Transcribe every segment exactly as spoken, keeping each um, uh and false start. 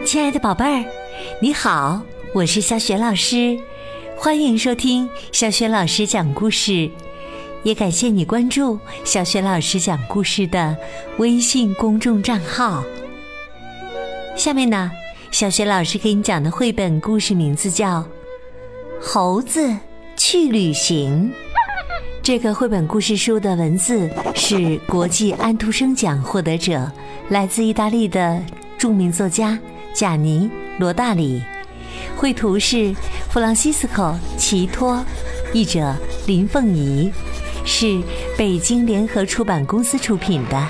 亲爱的宝贝儿，你好，我是小雪老师，欢迎收听小雪老师讲故事，也感谢你关注小雪老师讲故事的微信公众账号。下面呢，小雪老师给你讲的绘本故事名字叫《猴子去旅行》。这个绘本故事书的文字是国际安徒生奖获得者，来自意大利的著名作家贾尼·罗大里，绘图是弗朗西斯科·齐托，译者林凤仪，是北京联合出版公司出品的。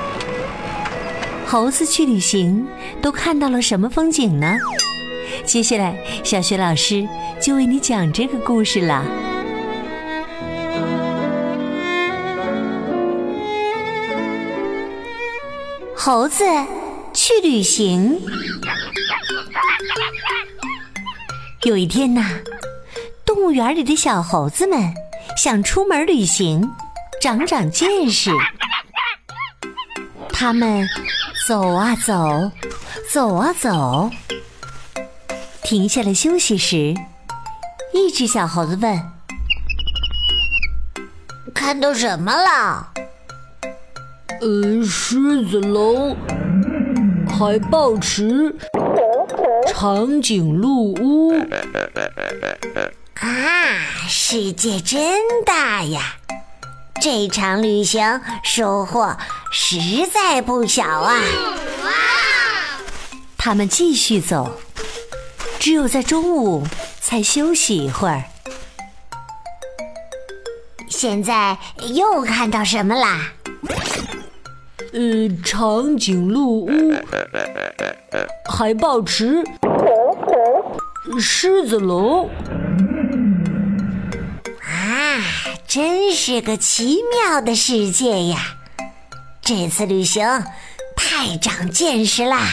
猴子去旅行都看到了什么风景呢？接下来小雪老师就为你讲这个故事了。猴子去旅行。有一天呐，动物园里的小猴子们想出门旅行，长长见识。他们走啊走，走啊走，停下来休息时，一只小猴子问： 看到什么了？ 呃，狮子笼、海豹池、长颈鹿屋。 啊，世界真大呀！这场旅行收获实在不小啊！ 他们继续走，只有在中午才休息一会儿。 现在又看到什么啦？ 呃，长颈鹿屋、海豹池、狮子笼。 啊，真是个奇妙的世界呀！这次旅行太长见识啦！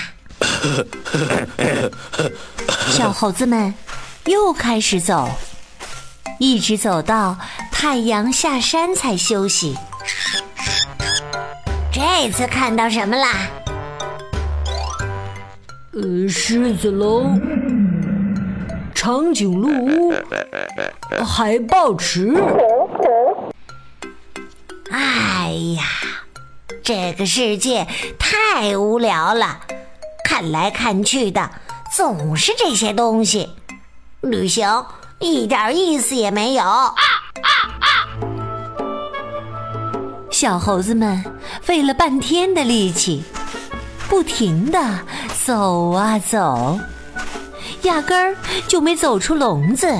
小猴子们又开始走，一直走到太阳下山才休息。 这次看到什么啦？ 呃，狮子笼、长颈鹿屋、海豹池。 哎呀，这个世界太无聊了，看来看去的总是这些东西，旅行一点意思也没有。 小猴子们费了半天的力气，不停地走啊走，压根儿就没走出笼子。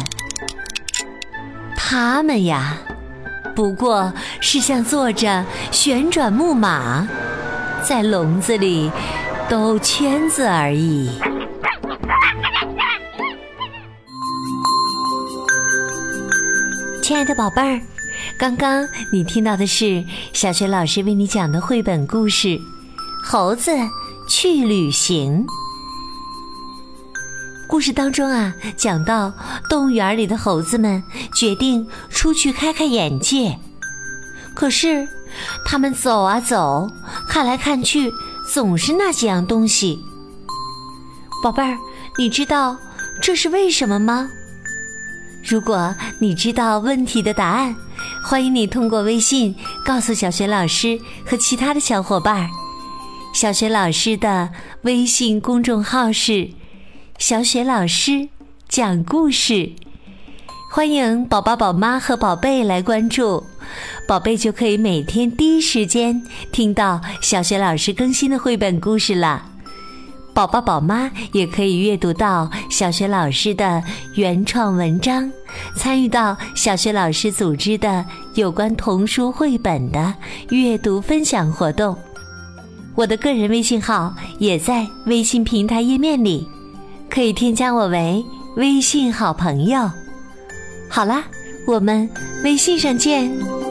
他们呀，不过是像坐着旋转木马，在笼子里兜圈子而已。亲爱的宝贝儿，刚刚你听到的是小雪老师为你讲的绘本故事《猴子去旅行》。故事当中啊，讲到动物园里的猴子们决定出去开开眼界，可是他们走啊走，看来看去总是那几样东西。宝贝儿，你知道这是为什么吗？如果你知道问题的答案，欢迎你通过微信告诉小雪老师和其他的小伙伴。小雪老师的微信公众号是小雪老师讲故事，欢迎宝宝宝妈和宝贝来关注，宝贝就可以每天第一时间听到小雪老师更新的绘本故事了。宝宝宝妈也可以阅读到小雪老师的原创文章，参与到小雪老师组织的有关童书绘本的阅读分享活动。我的个人微信号也在微信平台页面里，可以添加我为微信好朋友。好啦，我们微信上见。